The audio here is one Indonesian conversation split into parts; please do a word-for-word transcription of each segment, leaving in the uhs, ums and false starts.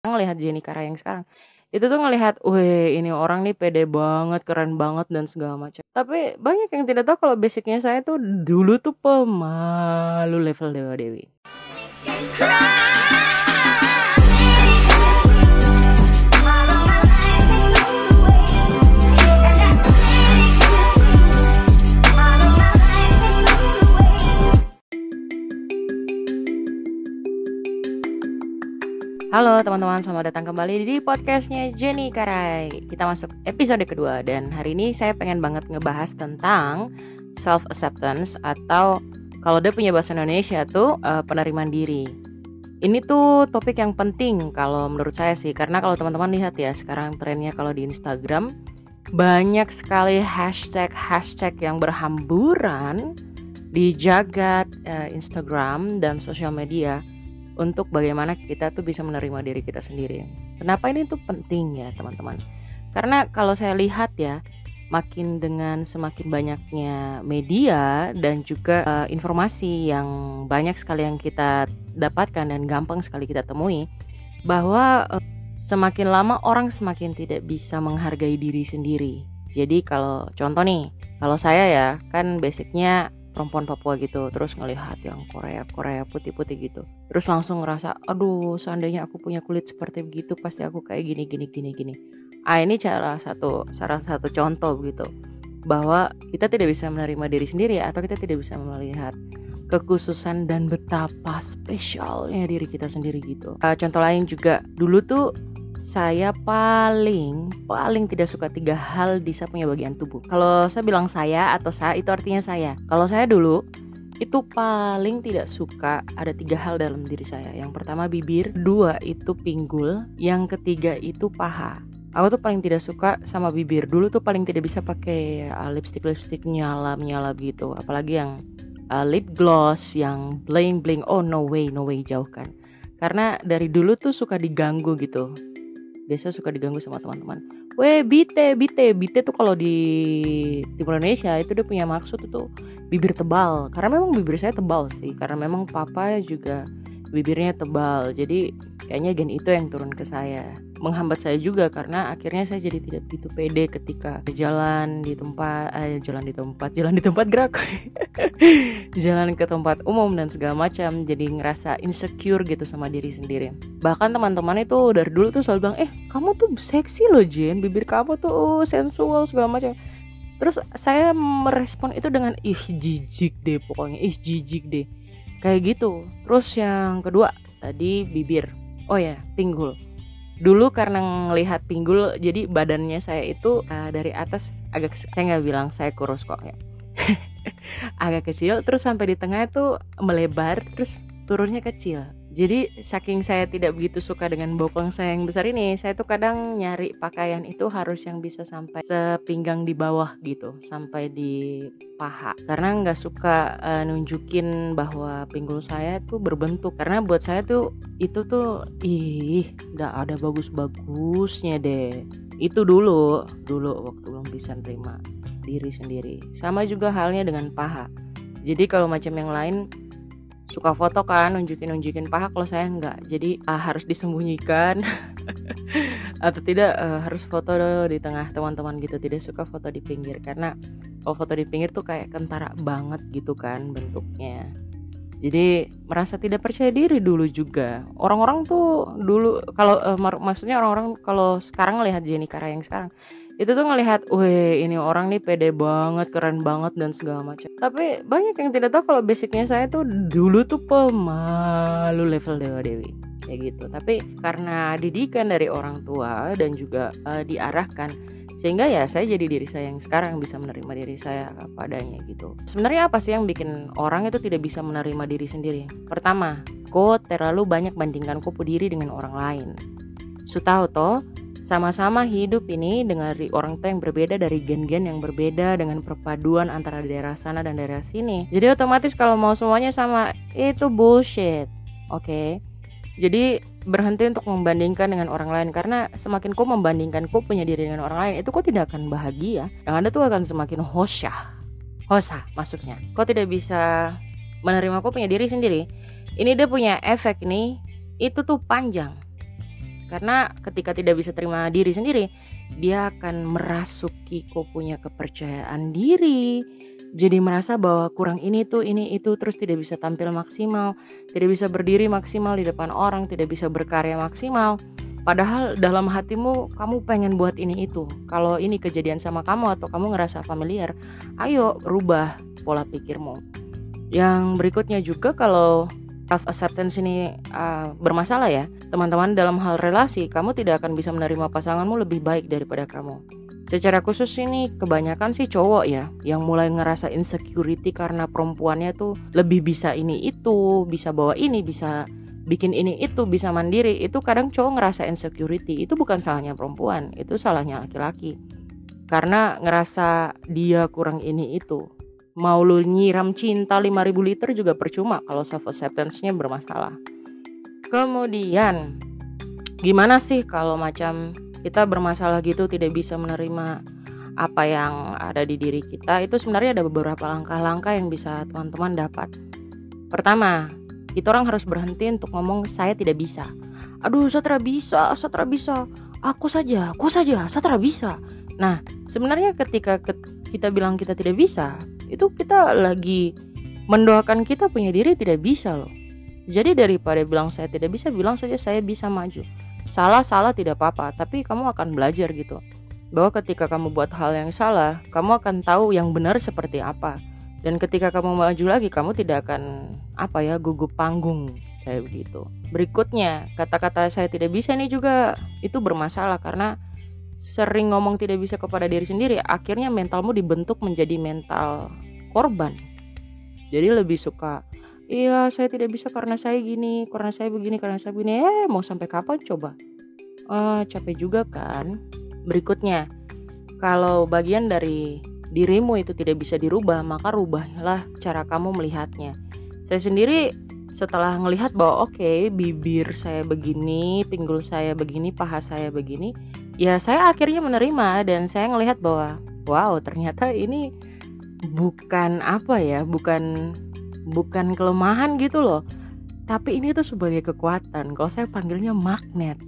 ngelihat Jenny Kara yang sekarang, itu tuh ngelihat, weh ini orang nih pede banget, keren banget dan segala macam. Tapi banyak yang tidak tahu kalau basicnya saya tuh dulu tuh pemalu level Dewa Dewi. Halo teman-teman, selamat datang kembali di podcastnya Jenny Karai. Kita masuk episode kedua dan hari ini saya pengen banget ngebahas tentang self-acceptance atau kalau dia punya bahasa Indonesia tuh uh, penerimaan diri. Ini tuh topik yang penting kalau menurut saya sih, karena kalau teman-teman lihat ya sekarang trennya kalau di Instagram banyak sekali hashtag-hashtag yang berhamburan di jagat uh, Instagram dan sosial media untuk bagaimana kita tuh bisa menerima diri kita sendiri. Kenapa ini tuh penting ya teman-teman? Karena kalau saya lihat ya, makin dengan semakin banyaknya media dan juga uh, informasi yang banyak sekali yang kita dapatkan dan gampang sekali kita temui, bahwa uh, semakin lama orang semakin tidak bisa menghargai diri sendiri. Jadi kalau contoh nih, kalau saya ya kan basicnya perempuan Papua gitu, terus ngelihat yang Korea Korea putih-putih gitu, terus langsung ngerasa, aduh seandainya aku punya kulit seperti begitu pasti aku kayak gini gini gini gini. Ah ini cara satu salah satu contoh begitu, bahwa kita tidak bisa menerima diri sendiri atau kita tidak bisa melihat kekhususan dan betapa spesialnya diri kita sendiri gitu. Uh, contoh lain juga, dulu tuh saya paling paling tidak suka tiga hal di saya punya bagian tubuh. Kalau saya bilang saya atau saya itu artinya saya. Kalau saya dulu itu paling tidak suka ada tiga hal dalam diri saya. Yang pertama bibir, dua itu pinggul, yang ketiga itu paha. Aku tuh paling tidak suka sama bibir. Dulu tuh paling tidak bisa pakai uh, lipstick lipstick nyalap nyalap gitu. Apalagi yang uh, lip gloss yang bling bling. Oh no way no way jauhkan. Karena dari dulu tuh suka diganggu gitu. Biasa suka diganggu sama teman-teman. Weh bite, bite, bite tuh kalau di Timur Indonesia itu dia punya maksud itu bibir tebal. Karena memang bibir saya tebal sih. Karena memang papa juga bibirnya tebal. Jadi kayaknya gen itu yang turun ke saya. Menghambat saya juga karena akhirnya saya jadi tidak begitu pede ketika jalan di tempat, eh, jalan di tempat, jalan di tempat gerak, jalan ke tempat umum dan segala macam. Jadi ngerasa insecure gitu sama diri sendiri. Bahkan teman-teman itu dari dulu tuh selalu bilang, eh kamu tuh seksi loh Jen, bibir kamu tuh sensual segala macam. Terus saya merespon itu dengan ih jijik deh pokoknya, ih jijik deh kayak gitu. Terus yang kedua tadi bibir, oh ya pinggul. Dulu karena ngelihat pinggul, jadi badannya saya itu uh, dari atas agak, saya nggak bilang saya kurus kok ya, agak kecil, terus sampai di tengah itu melebar, terus turunnya kecil. Jadi saking saya tidak begitu suka dengan bokong saya yang besar ini, saya tuh kadang nyari pakaian itu harus yang bisa sampai sepinggang di bawah gitu, sampai di paha. Karena nggak suka uh, nunjukin bahwa pinggul saya tuh berbentuk. Karena buat saya tuh itu tuh ih nggak ada bagus-bagusnya deh. Itu dulu, dulu waktu belum bisa nerima diri sendiri. Sama juga halnya dengan paha. Jadi kalau macam yang lain suka foto kan, nunjukin-nunjukin paha, kalau saya enggak. Jadi ah, harus disembunyikan atau tidak uh, harus foto di tengah teman-teman gitu. Tidak suka foto di pinggir karena kalau foto di pinggir tuh kayak kentara banget gitu kan bentuknya. Jadi merasa tidak percaya diri dulu juga. Orang-orang tuh dulu kalau uh, mak- maksudnya orang-orang kalau sekarang ngelihat Jenny Kara yang sekarang itu tuh ngelihat, weh ini orang nih pede banget, keren banget dan segala macam. Tapi banyak yang tidak tahu kalau basicnya saya tuh dulu tuh pemalu level Dewa Dewi kayak gitu. Tapi karena didikan dari orang tua dan juga uh, diarahkan, sehingga ya saya jadi diri saya yang sekarang bisa menerima diri saya apa adanya gitu. Sebenarnya apa sih yang bikin orang itu tidak bisa menerima diri sendiri? Pertama, kok terlalu banyak bandingkan kopo diri dengan orang lain. Sutahu toh sama-sama hidup ini dengan orang tua yang berbeda, dari gen-gen yang berbeda, dengan perpaduan antara daerah sana dan daerah sini. Jadi otomatis kalau mau semuanya sama, itu bullshit. Oke okay? Jadi berhenti untuk membandingkan dengan orang lain. Karena semakin kau membandingkan kau punya diri dengan orang lain, itu kau tidak akan bahagia. Yang ada tuh akan semakin hosyah. Hosa maksudnya, kau tidak bisa menerima kau punya diri sendiri. Ini dia punya efek nih, itu tuh panjang. Karena ketika tidak bisa terima diri sendiri, dia akan merasuki kok punya kepercayaan diri. Jadi merasa bahwa kurang ini tuh, ini itu, terus tidak bisa tampil maksimal, tidak bisa berdiri maksimal di depan orang, tidak bisa berkarya maksimal. Padahal dalam hatimu kamu pengen buat ini itu. Kalau ini kejadian sama kamu atau kamu ngerasa familiar, ayo rubah pola pikirmu. Yang berikutnya juga, kalau self acceptance ini uh, bermasalah ya, teman-teman, dalam hal relasi kamu tidak akan bisa menerima pasanganmu lebih baik daripada kamu. Secara khusus ini kebanyakan sih cowok ya, yang mulai ngerasa insecurity karena perempuannya tuh lebih bisa ini itu, bisa bawa ini, bisa bikin ini itu, bisa mandiri. Itu kadang cowok ngerasa insecurity. Itu bukan salahnya perempuan, itu salahnya laki-laki. Karena ngerasa dia kurang ini itu. Mau lu nyiram cinta lima ribu liter juga percuma kalau self acceptance-nya bermasalah. Kemudian gimana sih kalau macam kita bermasalah gitu, tidak bisa menerima apa yang ada di diri kita? Itu sebenarnya ada beberapa langkah-langkah yang bisa teman-teman dapat. Pertama, kita orang harus berhenti untuk ngomong saya tidak bisa. Aduh, Satra bisa, Satra bisa. Aku saja, aku saja, Satra bisa. Nah, sebenarnya ketika kita bilang kita tidak bisa, itu kita lagi mendoakan kita punya diri tidak bisa loh. Jadi daripada bilang saya tidak bisa, bilang saja saya bisa maju. Salah-salah tidak apa-apa, tapi kamu akan belajar gitu, bahwa ketika kamu buat hal yang salah, kamu akan tahu yang benar seperti apa. Dan ketika kamu maju lagi, kamu tidak akan apa ya gugup panggung kayak begitu. Berikutnya, kata-kata saya tidak bisa ini juga itu bermasalah karena sering ngomong tidak bisa kepada diri sendiri, akhirnya mentalmu dibentuk menjadi mental korban. Jadi lebih suka, iya saya tidak bisa karena saya gini, karena saya begini, karena saya begini. Eh mau sampai kapan coba? Ah, capek juga kan. Berikutnya, kalau bagian dari dirimu itu tidak bisa dirubah, maka rubahlah cara kamu melihatnya. Saya sendiri setelah ngelihat bahwa oke, okay, bibir saya begini, pinggul saya begini, paha saya begini, ya saya akhirnya menerima dan saya ngelihat bahwa wow, ternyata ini bukan apa ya, bukan bukan kelemahan gitu loh, tapi ini tuh sebagai kekuatan. Kalau saya panggilnya magnet.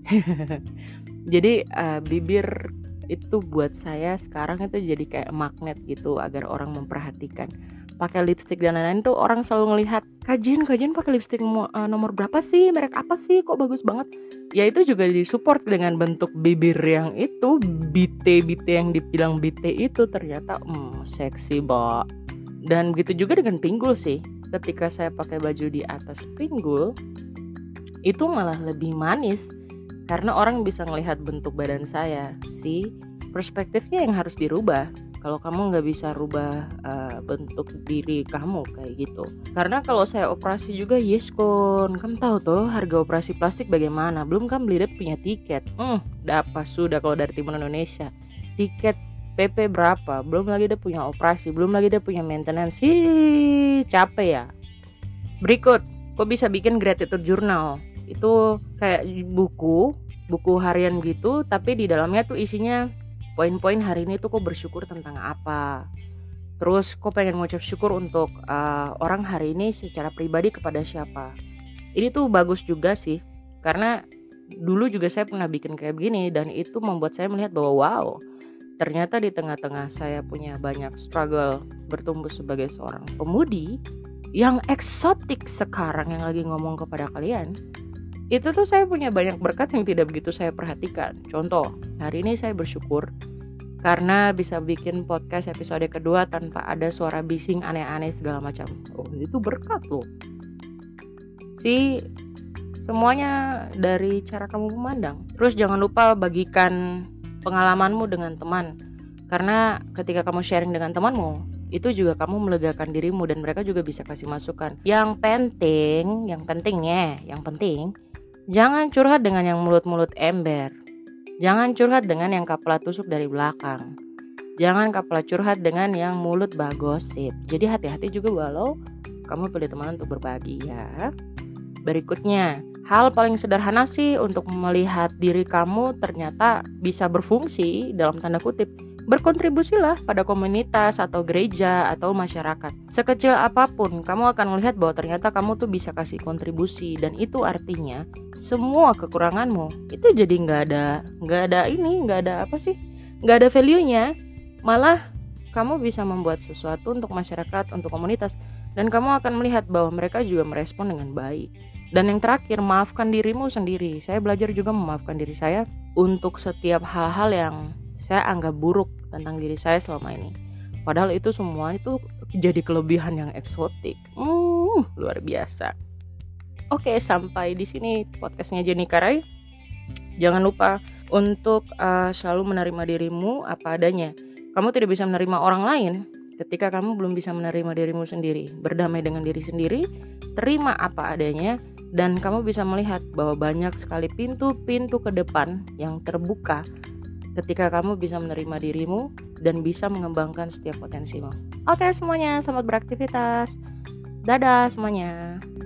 Jadi uh, bibir itu buat saya sekarang itu jadi kayak magnet gitu, agar orang memperhatikan. Pakai lipstik dan lain-lain tuh orang selalu ngelihat, kajian kajian pakai lipstik uh, nomor berapa sih, merek apa sih, kok bagus banget. Ya itu juga disupport dengan bentuk bibir yang itu, bite-bite yang dibilang bite itu ternyata hmm, seksi bo. Dan begitu juga dengan pinggul sih. Ketika saya pakai baju di atas pinggul, itu malah lebih manis karena orang bisa ngelihat bentuk badan saya. Sih, perspektifnya yang harus dirubah. Kalau kamu nggak bisa rubah uh, bentuk diri kamu kayak gitu. Karena kalau saya operasi juga, yes kon, kamu tahu tuh harga operasi plastik bagaimana. Belum kan beli dia punya tiket. Hmm, dapat sudah kalau dari timur Indonesia. Tiket P P berapa? Belum lagi dia punya operasi, belum lagi dia punya maintenance. Hii, capek ya. Berikut, kok bisa bikin gratitude journal? Itu kayak buku, buku harian gitu, tapi di dalamnya tuh isinya poin-poin hari ini tuh kok bersyukur tentang apa. Terus kok pengen ngucap syukur untuk uh, orang hari ini secara pribadi kepada siapa. Ini tuh bagus juga sih, karena dulu juga saya pernah bikin kayak begini, dan itu membuat saya melihat bahwa wow, ternyata di tengah-tengah saya punya banyak struggle bertumbuh sebagai seorang pemudi yang eksotik sekarang yang lagi ngomong kepada kalian. Itu tuh saya punya banyak berkat yang tidak begitu saya perhatikan. Contoh, hari ini saya bersyukur karena bisa bikin podcast episode kedua tanpa ada suara bising aneh-aneh segala macam. Oh, itu berkat loh. Si semuanya dari cara kamu memandang. Terus jangan lupa bagikan pengalamanmu dengan teman. Karena ketika kamu sharing dengan temanmu, itu juga kamu melegakan dirimu dan mereka juga bisa kasih masukan. Yang penting, yang pentingnya, yang penting jangan curhat dengan yang mulut-mulut ember. Jangan curhat dengan yang kepala tusuk dari belakang. Jangan kepala curhat dengan yang mulut bagosip. Jadi hati-hati juga walau kamu pilih teman untuk berbagi ya. Berikutnya, hal paling sederhana sih untuk melihat diri kamu ternyata bisa berfungsi dalam tanda kutip. berkontribusilah pada komunitas atau gereja atau masyarakat. Sekecil apapun, kamu akan melihat bahwa ternyata kamu tuh bisa kasih kontribusi, dan itu artinya semua kekuranganmu itu jadi nggak ada, nggak ada ini, nggak ada apa sih, nggak ada value-nya. Malah kamu bisa membuat sesuatu untuk masyarakat, untuk komunitas, dan kamu akan melihat bahwa mereka juga merespon dengan baik. Dan yang terakhir, maafkan dirimu sendiri. Saya belajar juga memaafkan diri saya untuk setiap hal-hal yang saya anggap buruk tentang diri saya selama ini. Padahal itu semua itu jadi kelebihan yang eksotik. Hmm, luar biasa. Oke, sampai di sini podcastnya Jenny Karai. Jangan lupa untuk uh, selalu menerima dirimu apa adanya. Kamu tidak bisa menerima orang lain ketika kamu belum bisa menerima dirimu sendiri. Berdamai dengan diri sendiri, terima apa adanya, dan kamu bisa melihat bahwa banyak sekali pintu-pintu ke depan yang terbuka ketika kamu bisa menerima dirimu dan bisa mengembangkan setiap potensimu. Oke semuanya, selamat beraktivitas. Dadah semuanya.